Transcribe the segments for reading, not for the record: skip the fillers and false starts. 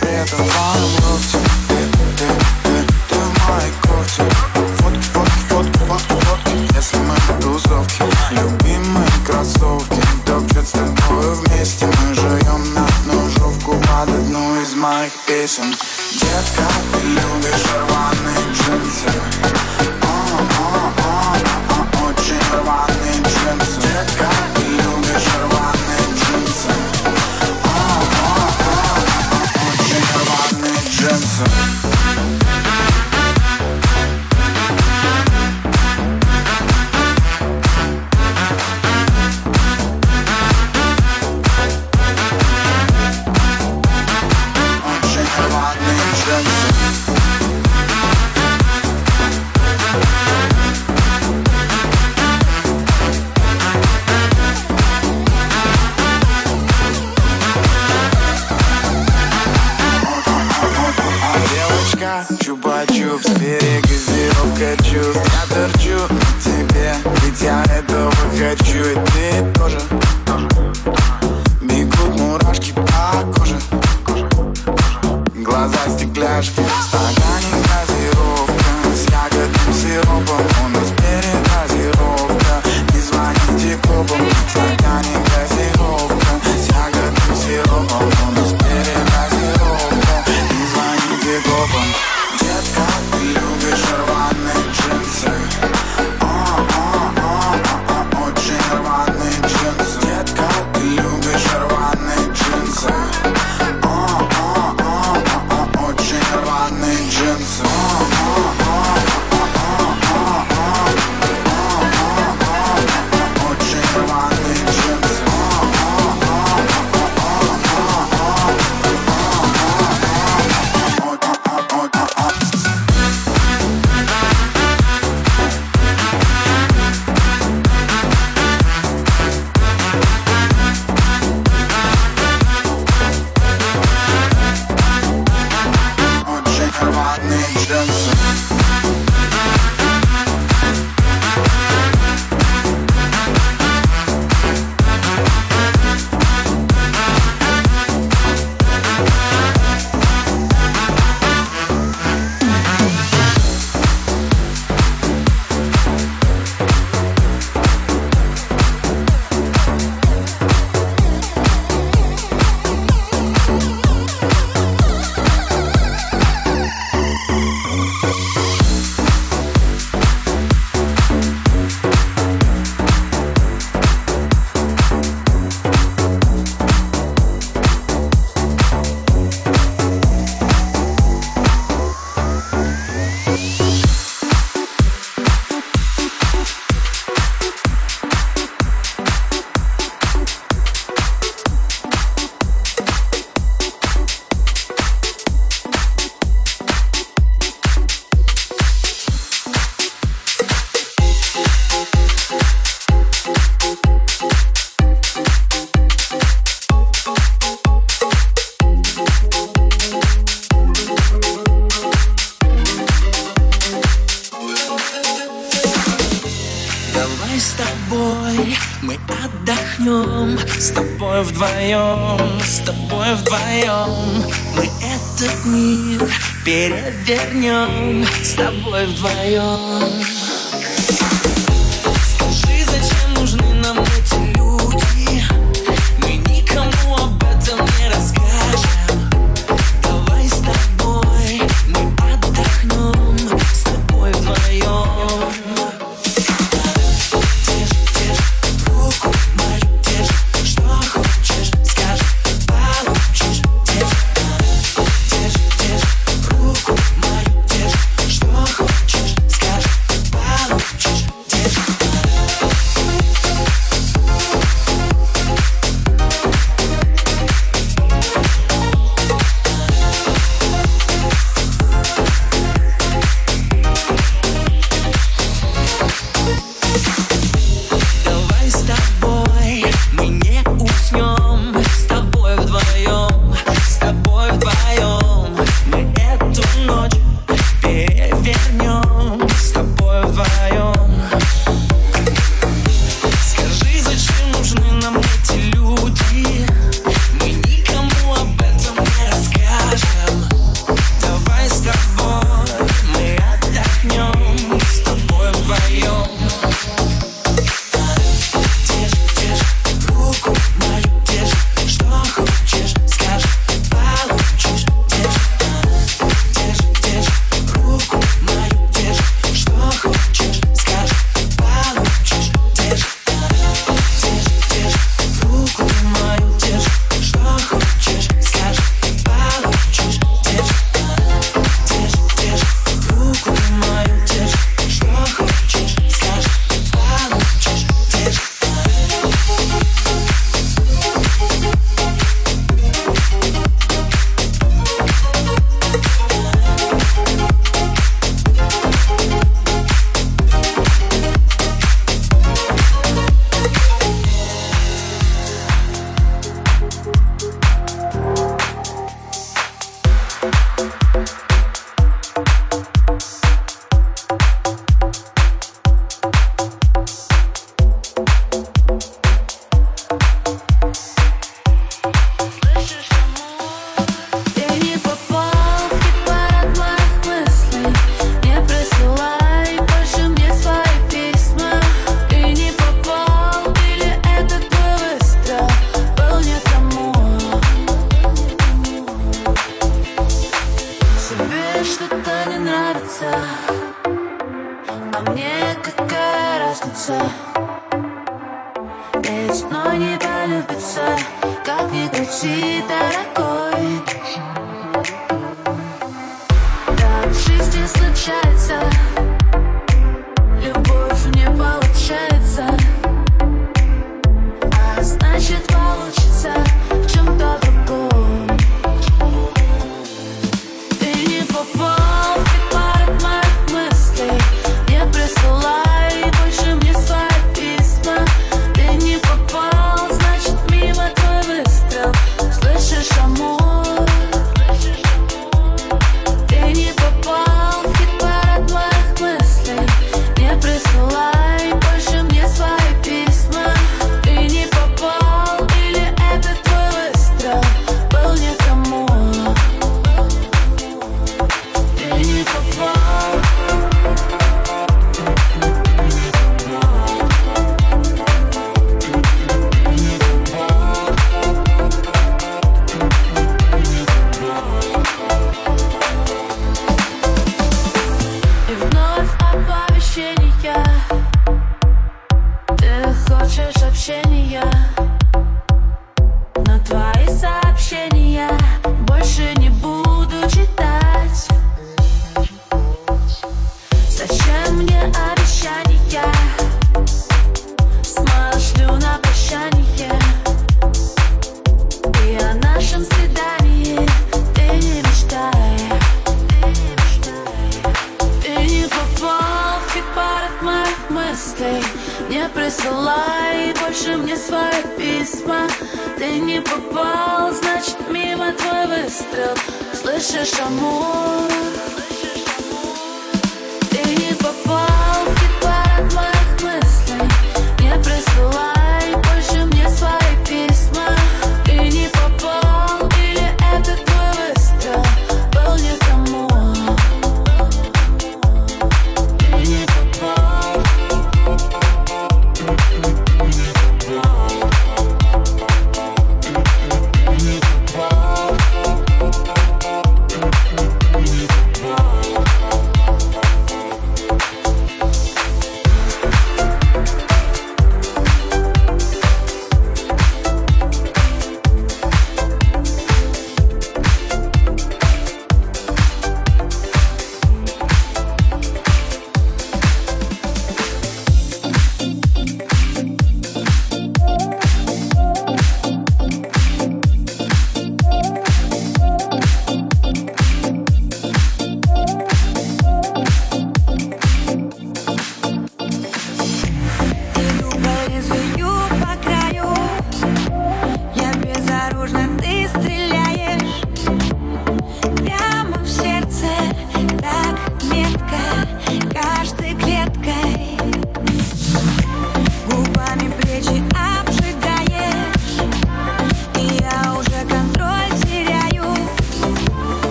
при этом в твоем лофте. Ты в моей кофте. Фотки, если мы на тусовке. Любимые кроссовки, топчут с тобой вместе. Мы живем на ножовку под одну из моих песен. Детка, ты любишь рваные джинсы. Очень рваные джинсы. Детка, ты любишь рваные джинсы. Очень рваные джинсы. Чупа-чупс, перегазировка чувств. Я торчу на тебе, ведь я этого хочу. И ты тоже. Бегут мурашки по коже. Глаза стекляшки, в стакане газировка с ягодным сиропом. У нас передозировка, не звоните копам. В стакане газировка с ягодным сиропом. У нас передозировка, не звоните копам. Детка, ты любишь рваные джинсы. Очень рваные джинсы. Детка, ты любишь рваные джинсы. Очень рваные джинсы. Очень рваные джинсы. С тобой вдвоем мы этот мир перевернем. С тобой вдвоем. Скажи, зачем нужны нам эти люди? Мы никому об этом не расскажем. Давай с тобой мы отдохнем. С тобой вдвоем. Руку мою держи, что хочешь, скажи, получишь.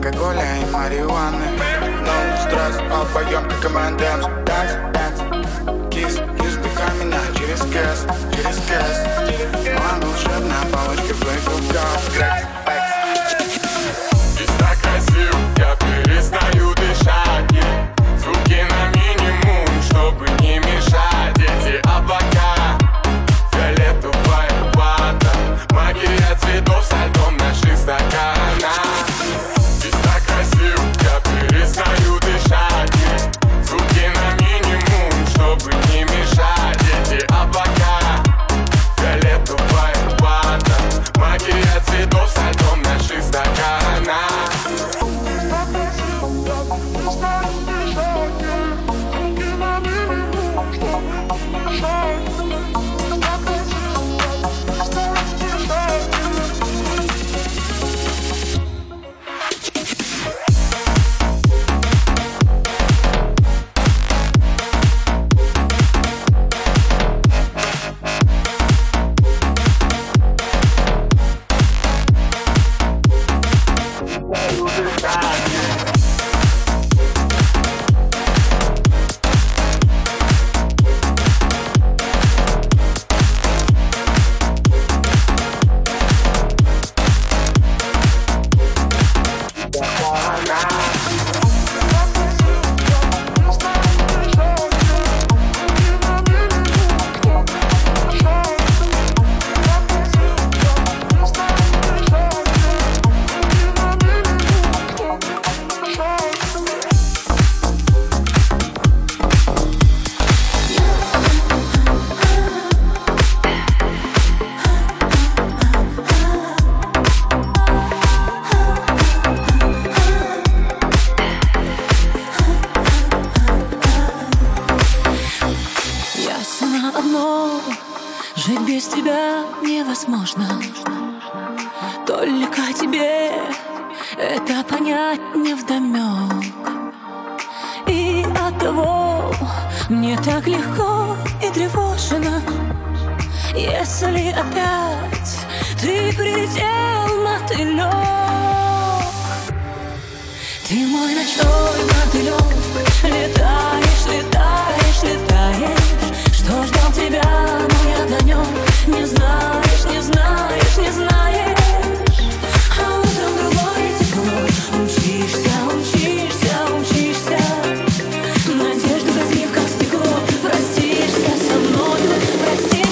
алкоголя и марихуаны. No стресс, обоем как M&M's. Dance, dance, kiss, kiss, вдыхай меня через кэс, через кэс. Моя волшебная палочка в твоих руках. Грэкс, бэкс. Здесь так красиво, я перестаю дышать. Звуки на минимум, чтобы не мешать. Эти облака, фиолетовая вата, магия цветов со льдом наших стаканах. Здесь так красиво, я перестаю дышать. Звуки на минимум, чтобы не мешать. Эти облака, фиолетовая вата, магия цветов со льдом наших стаканах. Жить без тебя невозможно. Только тебе это понять невдомёк. И оттого мне так легко и тревожно, если опять ты прилетел, мотылёк. Ты мой ночной мотылёк, летаешь, летаешь, летаешь. Что ждал тебя, мой огонёк? Не знаешь, не знаешь, не знаешь. А утром другое тепло. Умчишься, умчишься, умчишься. Надежда газив, как стекло. Простишься со мной, простишься.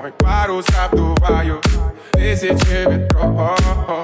мой парус обдуваю тысячи ветров.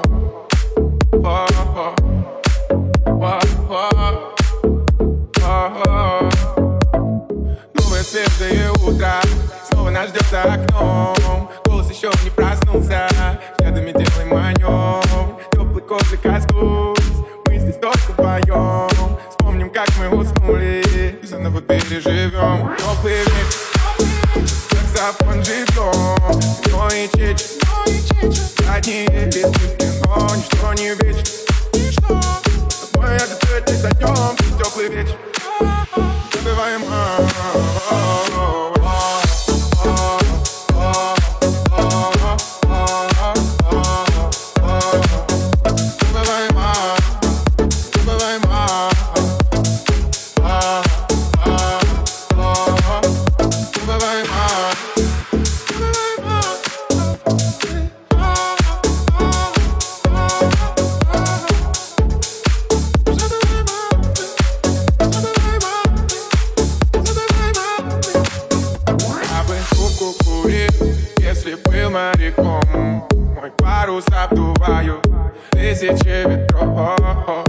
Новое свежее утро снова нас ждет за окном. Голос еще не проснулся, взглядами делаем маневр. Теплый кожей коснусь, мы здесь только вдвоем. Вспомним, как мы уснули и заново переживем. Теплый вечер, саксофон живем. Вино и чечи, задние битвы в кино. Ничто не вечно, с тобой я до не дойдем. Теплый вечер, забываем. Мой парус обдуваю тысячи ветров.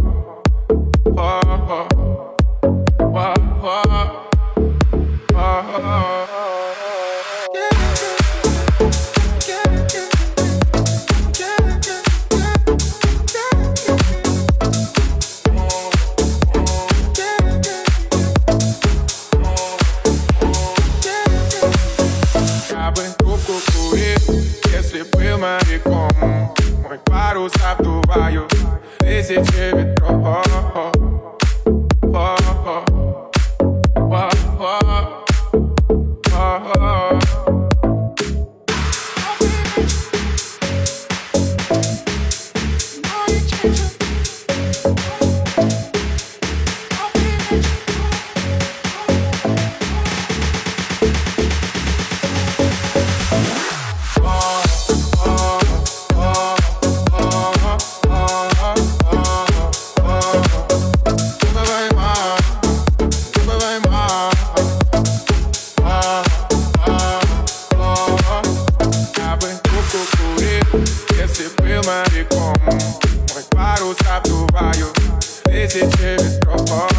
Я бы трубку курил, если был моряком. Мой парус обдуваю тысячи ветров. Если был моряком, мой парус обдуваю тысячи ветров.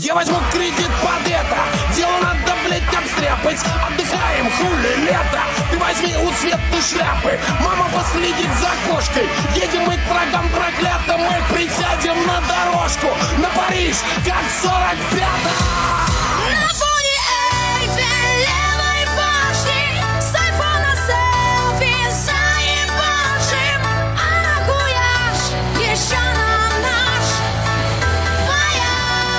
Я возьму кредит под это. Дело надо, блядь, обстряпать. Отдыхаем, хули, лето. Ты возьми у Светы шляпы. Мама последит за кошкой. Едем мы к врагам проклятым. Мы присядем на дорожку. На Париж, как 45-м. На фоне Эйфелевой башни с айфона селфи заебашим. А нахуя ж еще нам наш вояж?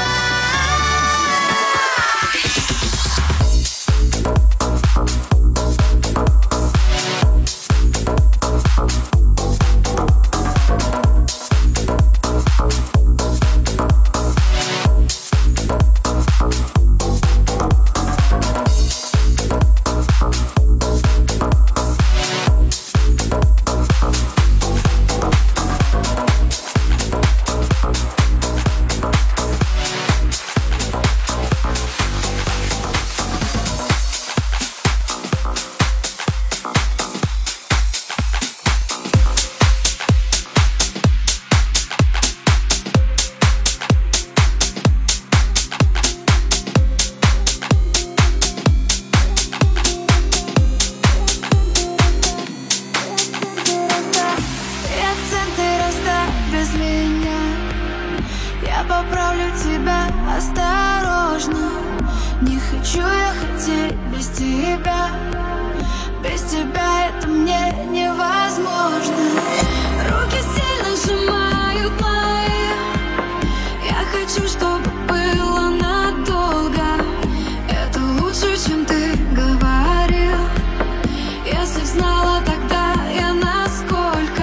Поправлю тебя осторожно. Не хочу я хотеть без тебя. Без тебя это мне невозможно. Руки сильно сжимают мои. Я хочу, чтобы было надолго. Это лучше, чем ты говорил. Если б знала тогда я насколько.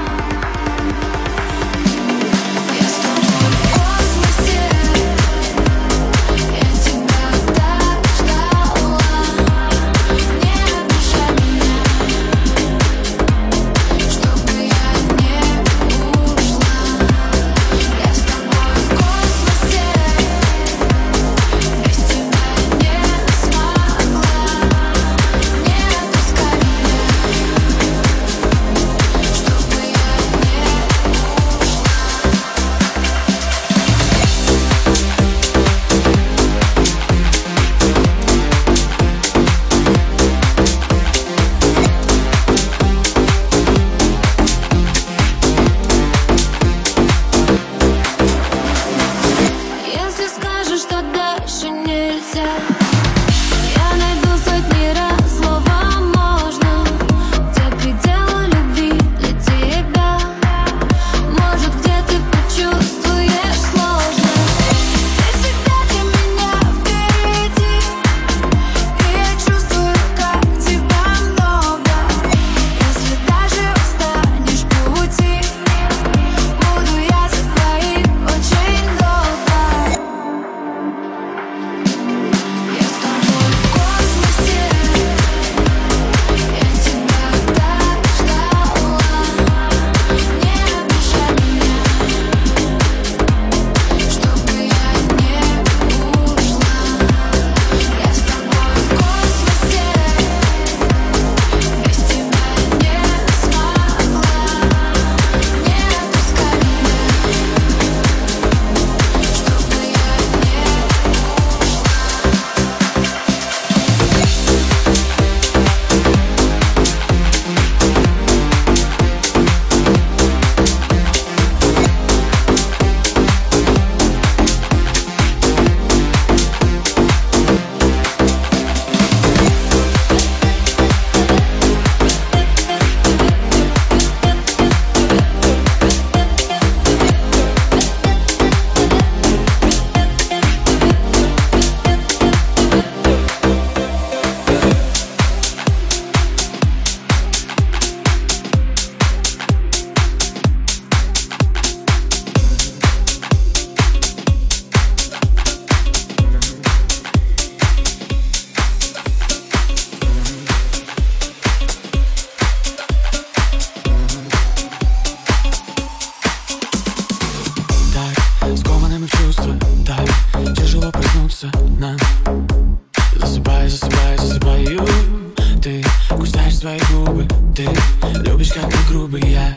свои губы. Ты любишь, как ты грубый, я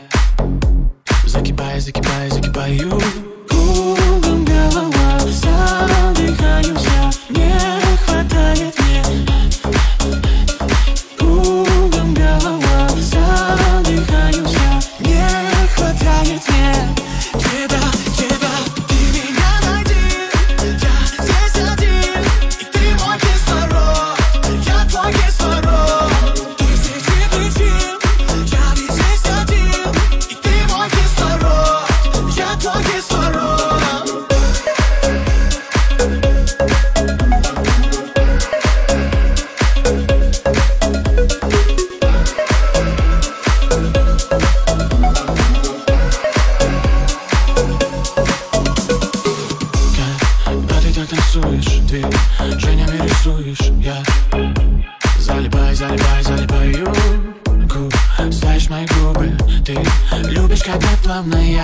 закипаю, закипаю, закипаю. Кругом голова,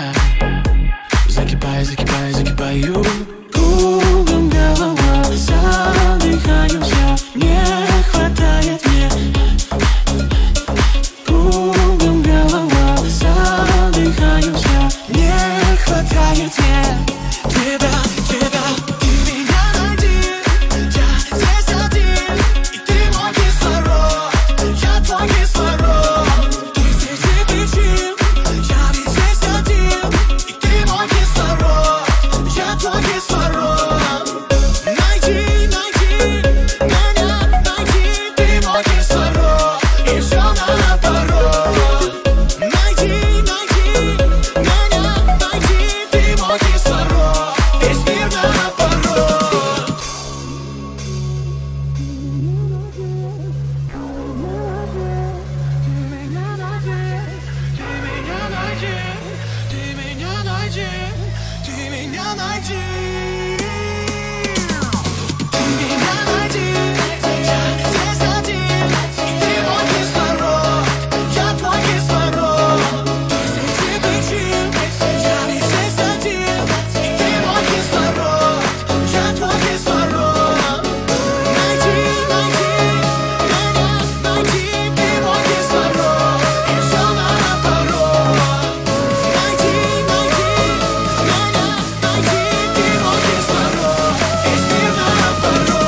Закипаю, закипаю, закипаю. Кругом голова, задыхаюсь я, не хватает мне. Кругом голова, задыхаюсь я, не хватает мне. Тебя, тебя, ты меня найди. Я здесь один, и ты мой кислород. Я твой кислород. Ты среди причин, я ведь здесь один, и ты мой кислород. Я твой кислород. Найди, найди, меня найди. Ты мой кислород, и все наоборот. Найди, найди, меня найди. Ты мой кислород, весь мир наоборот. Ты меня найди, ты меня найди. Ты меня найди, я здесь один, и ты мой кислород. Я твой кислород. Ты среди причин, я ведь здесь один, и ты мой кислород. Я твой кислород. Найди, найди, меня найди. Ты мой кислород, и все наоборот. Найди, найди, меня найди. Ты мой кислород, весь мир наоборот.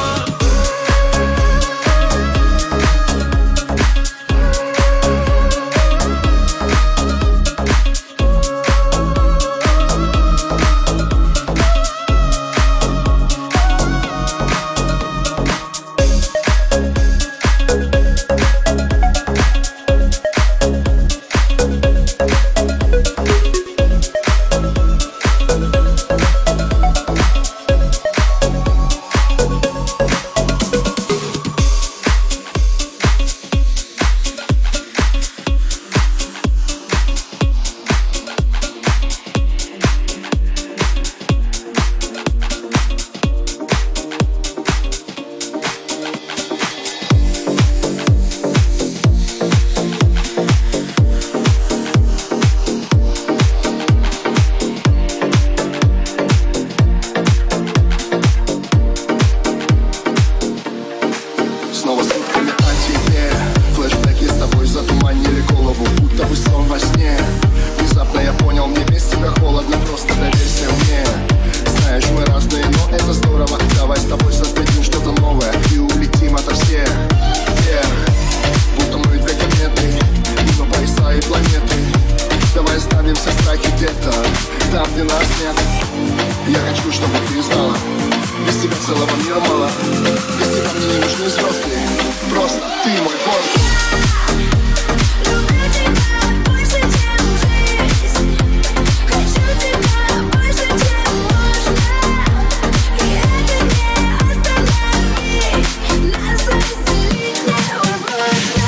Снова сутками о тебе. Флэшбэки с тобой затуманили голову, будто бы сон во сне. Внезапно я понял, мне без тебя холодно, просто доверься мне. Знаешь, мы разные, но это здорово. Давай с тобой создадим что-то новое и улетим ото всех вверх. Будто мы две кометы, мимо пояса и планеты. Давай оставим все страхи где-то там, где нас нет. Я хочу, чтобы ты знала, без тебя целого мира мало. Без тебя мне не нужны звезды, просто ты мой воздух. Люблю тебя больше, чем жизнь. Хочу тебя больше, чем можно. И это не остановить. Нас разделить невозможно.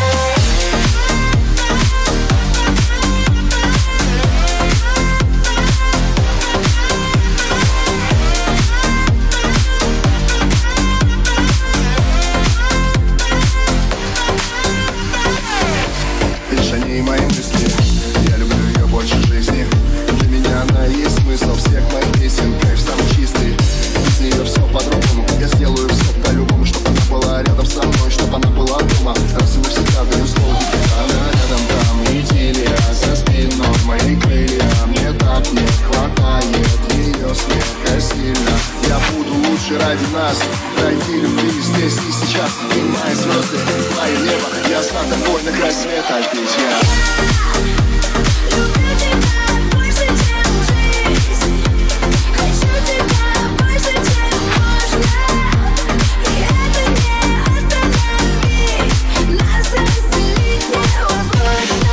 Лишь о ней мои мысли, я люблю ее больше жизни. Для меня она и есть смысл всех моих песен. Кайф самый чистый, без нее все по-другому. Я сделаю все по-любому, чтобы она была рядом со мной, чтобы она была дома. Раз и навсегда даю слово, она рядом там. Идиллия за спиной, мои крылья. Мне так не хватает ее смеха сильно. Я буду лучше ради нас, ради любви здесь и сейчас. Ты мои звезды, мое небо, я с тобой на край света, ведь я Люблю тебя больше, чем жизнь. Хочу тебя больше, чем можно. И это не остановить. Нас разделить невозможно.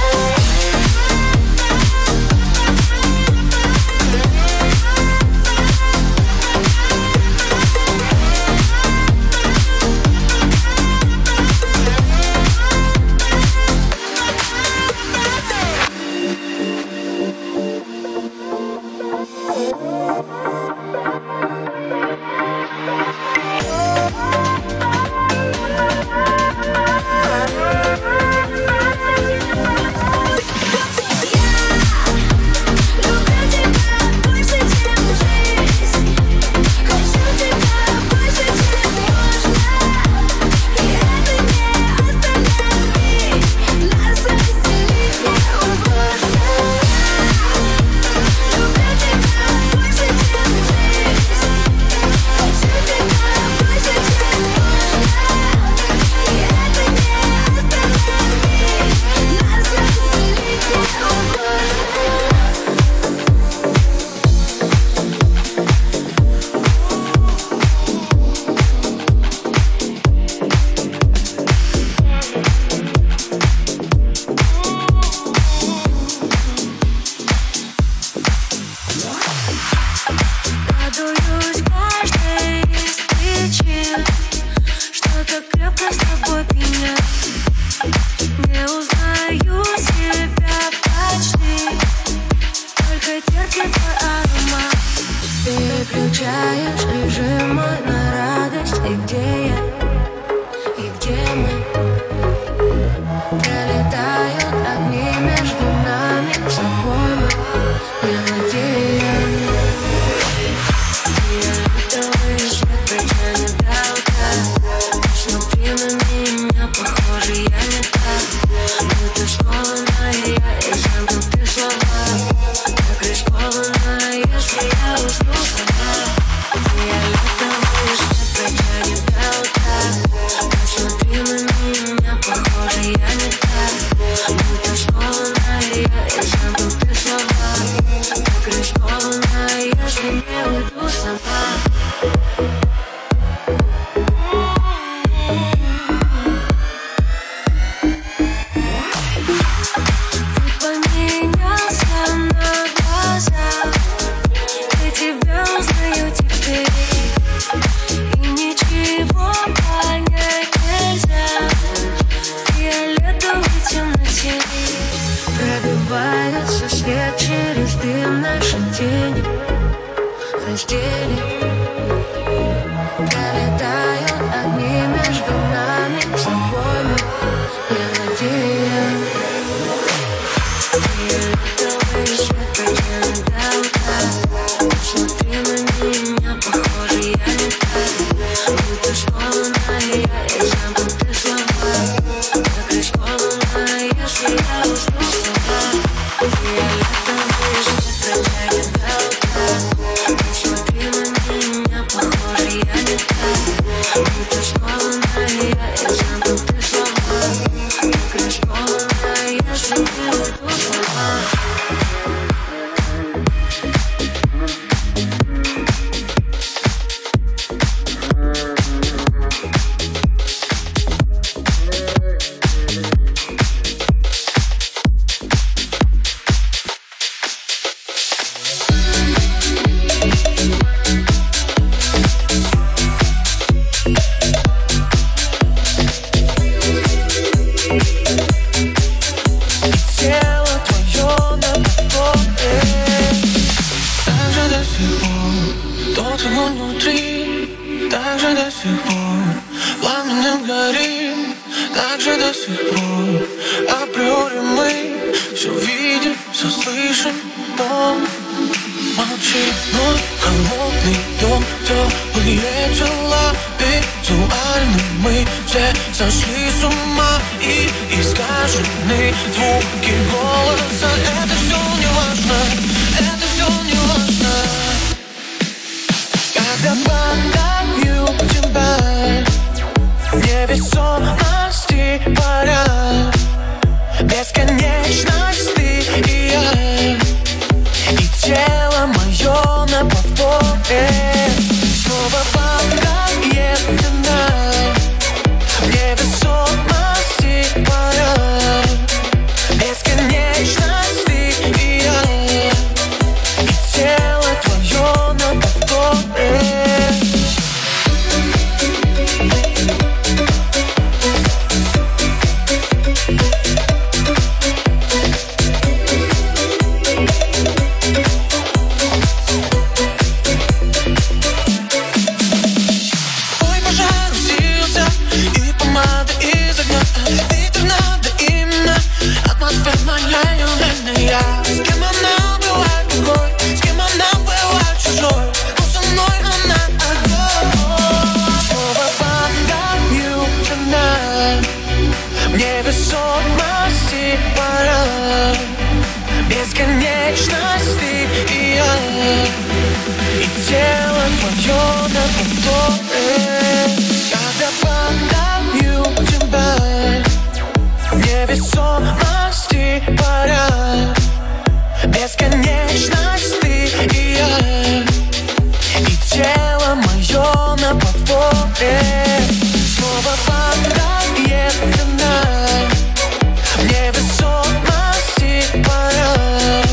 терпит твой аромат. Переключаешь режим мой на радость. И где я? И где мы? Пролетают огни между нами. С собой мы мелодия. Фиолетовый свет протянет до утра. Смотри на меня, похоже, я не так. Будто скованная я и замкнуты слова. Так рискованно, если я усну сама. Фиолетовый свет протянет до утра. Посмотри на меня, похоже, я не так. Будто скованная я и замкнуты слова. Так рискованно, если не уйду сама. Пробивается свет через дым, наши тени разделит. Пролетают огни между нами. С собой мы мелодия. Фиолетовый свет протянет до утра. Посмотри на меня, похоже, я не так. Будто скованная я и замкнуты слова. Так рискованно, если я усну сама. Фиолетовый свет протянет до утра. Посмотри на меня, похоже, я не так. Будто скованная я и замкнуты слова. Так рискованно, если не уйду сама. Сошли с ума и искажены звуки голоса. Это все не важно, это все не важно. Когда подаю тебя, невесомости парят, бесконечность ты и я, и тело мое на повторе. Снова падает она. Невесомости парад, бесконечность ты и я, и тело твое на повторе. Невесомости парад, бесконечность ты и я, и тело твое на повторе. Когда подаю тебя, невесомости парад, бесконечность ты и я, и тело мое на повторе. Снова падает она. Невесомости парад,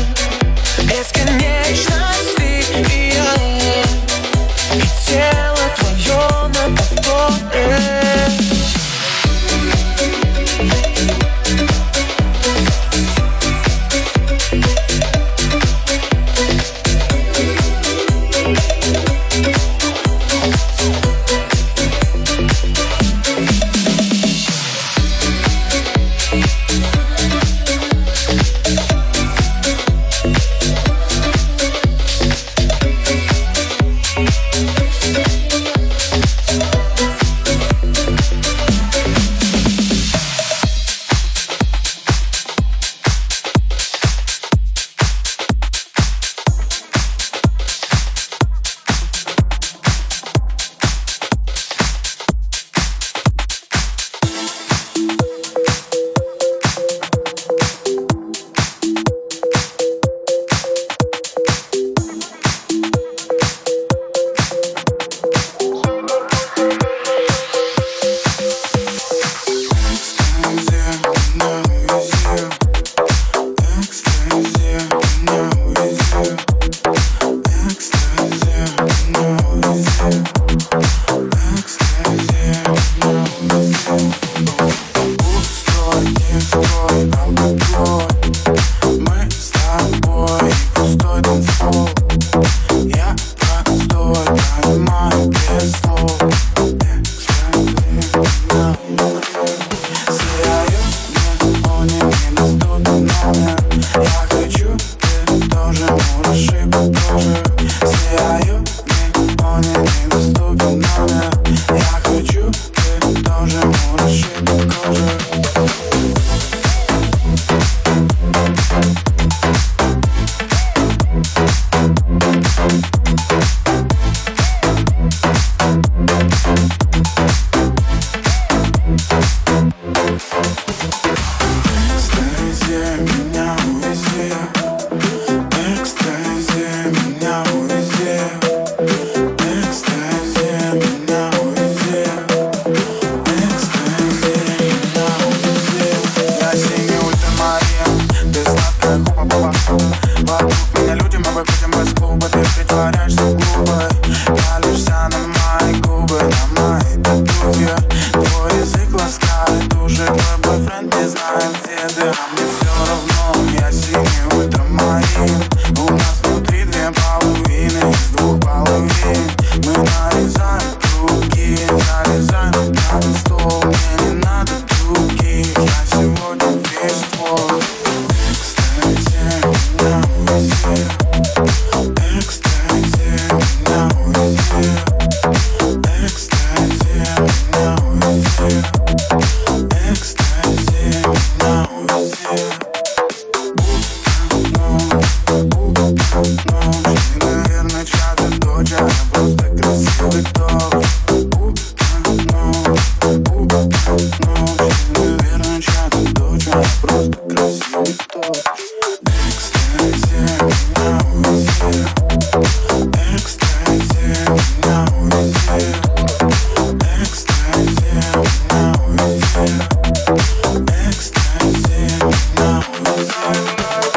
бесконечность ты и я, и тело твое на повторе. мы выходим из клуба, ты притворяешься глупой. Пялишься на мои губы, на мои татухи. Твой язык ласкает уши, твой бойфренд не знает, где ты. А мне все равно, я синий ультрамарин. У нас внутри две половины из двух половин. Мы нарезаем круги, залезаем на стол. Мне не надо других, я сегодня весь твой. Экстази, меня узи. Экстази, меня узи. Экстази, меня узи. Экстази, меня узи. Наверное, чья-то дочь, а я просто красивый ток. Наверное, чья-то дочь, а я просто красивый ток. Экстази, меня узи. Экстази, меня узи. Экстази, меня узи. Экстази, меня узи.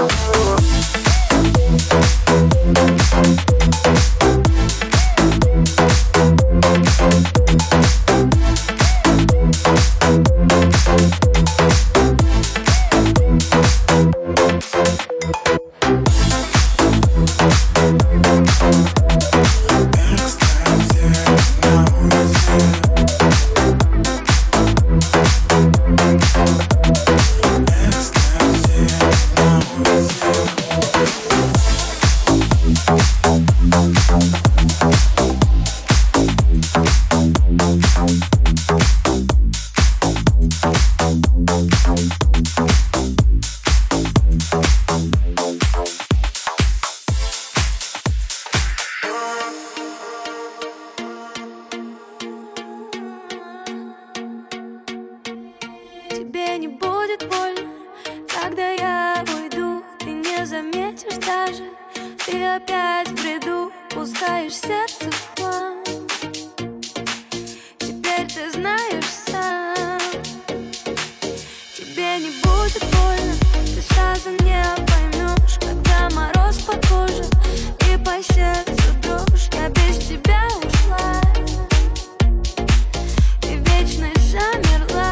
Тебе не будет больно, когда я уйду. Ты не заметишь даже, ты опять в бреду. Пускаешь сердце в хлам. Теперь ты знаешь сам. Тебе не будет больно, ты сразу не поймешь, когда мороз по коже и по сердцу дрожь. Я без тебя ушла и вечность замерла.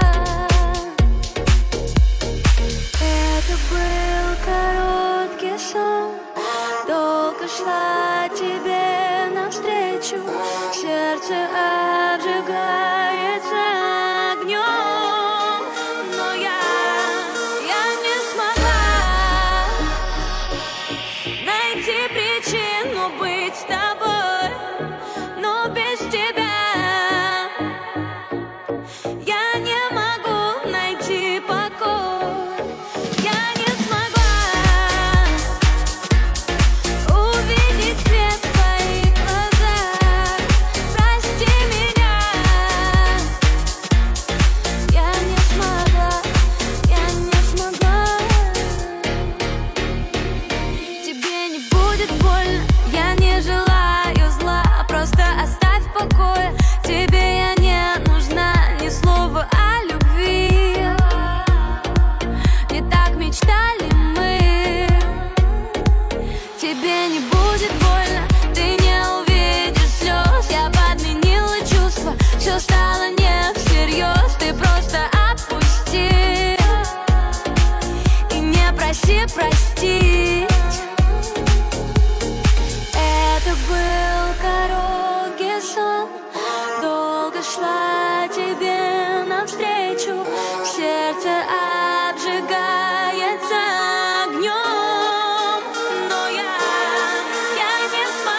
Это был короткий сон, долго шла тебе навстречу. Сердце обжигается огнем, но я не смогла найти причину быть с тобой, но без тебя я не могу найти покой. Я не смогла увидеть свет в твоих глазах. Прости меня. Я не смогла, я не смогла. Тебе не будет больно, я не желаю зла. Просто оставь в покое, тебе я не нужна. Ни слова о любви, не так мечтали мы. Тебе не будет больно, ты не увидишь слез. Я подменила чувства, все стало не всерьез. Ты просто отпусти и не проси простить. Это был короткий сон, долго шла тебе навстречу. Сердце обжигается огнем, но я не смогла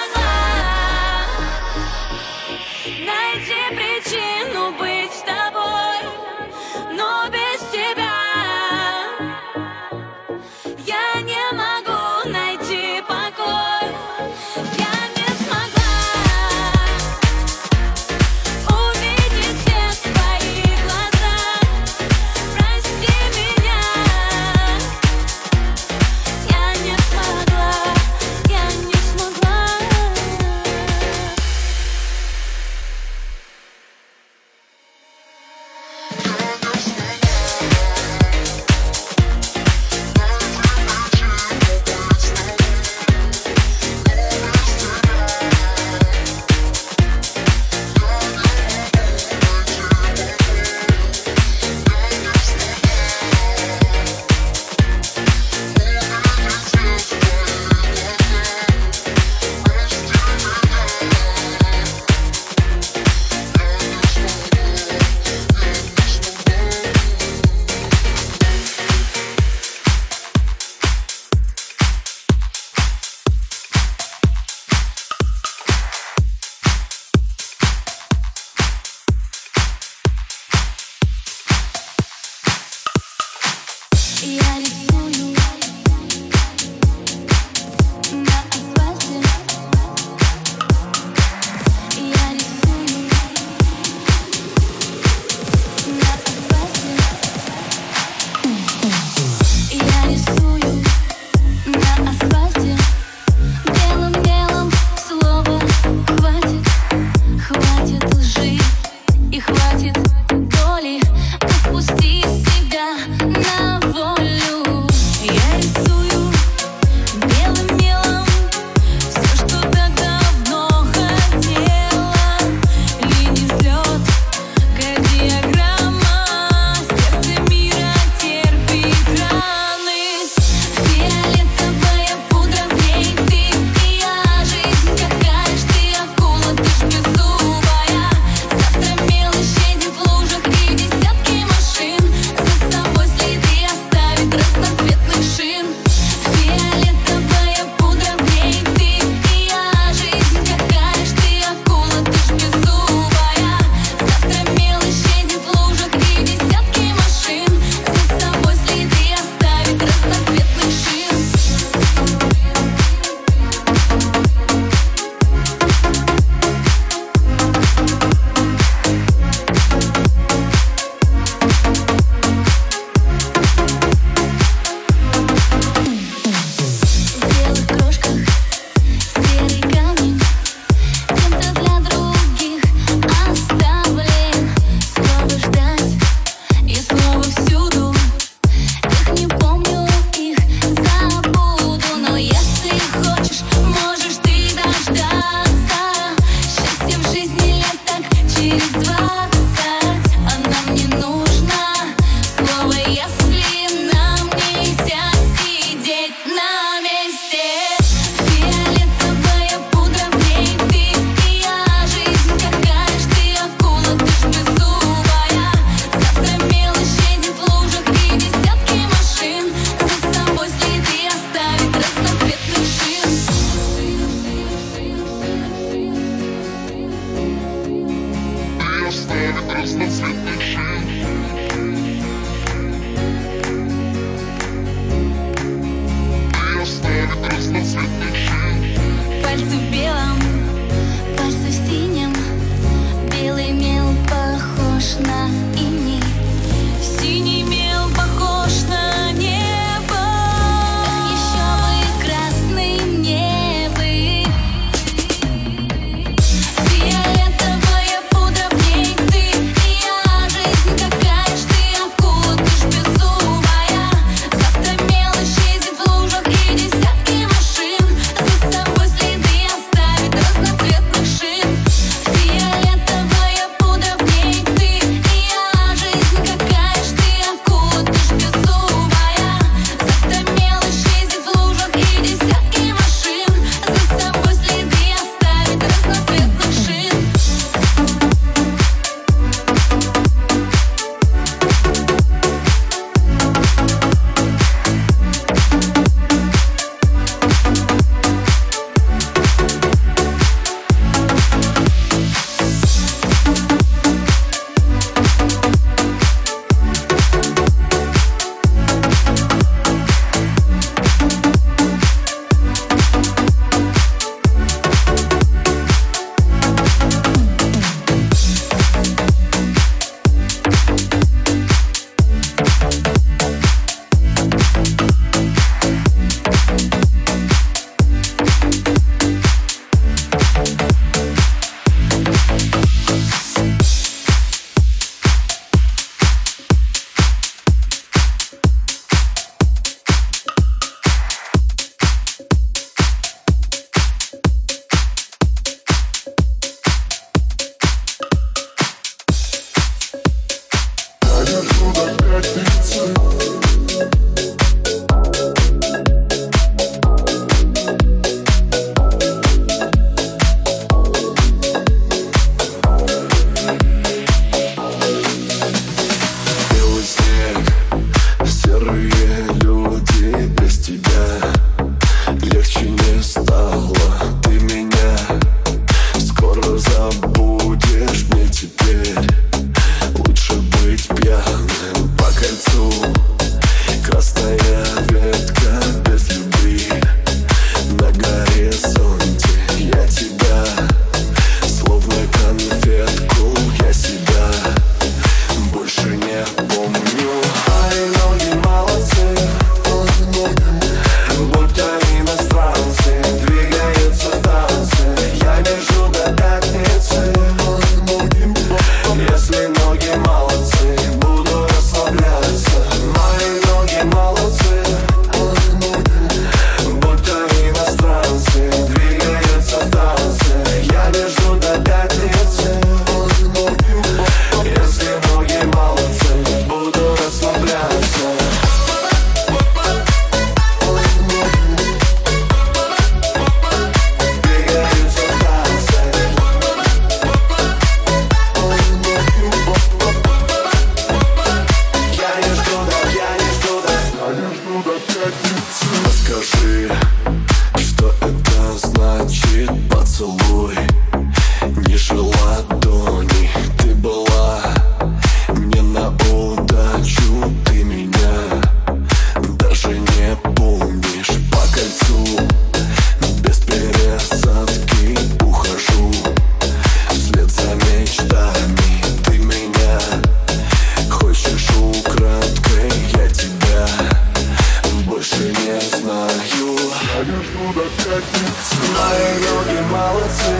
Мои ноги молодцы,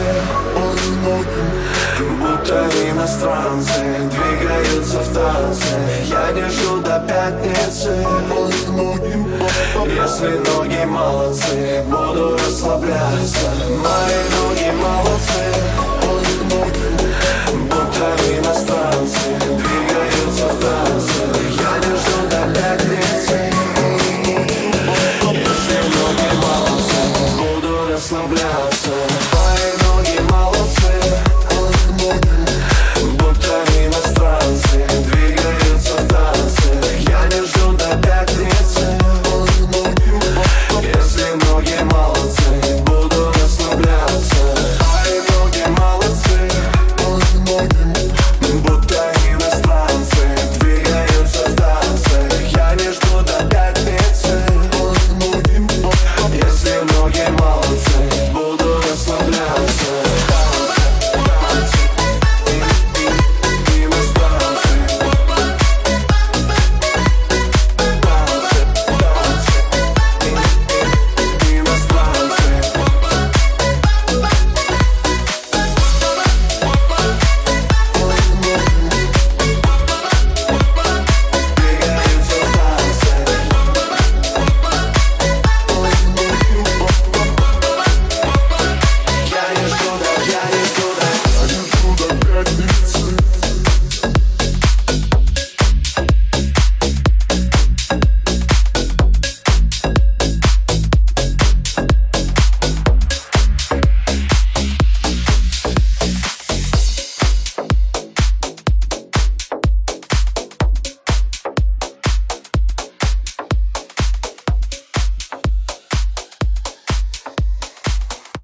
будто иностранцы, двигаются в танце. Я держу до пятницы. Если ноги молодцы, буду расслабляться. Мои ноги молодцы, будто иностранцы, двигаются в танце. Я держу до пятницы. Если ноги молодцы, буду расслабляться.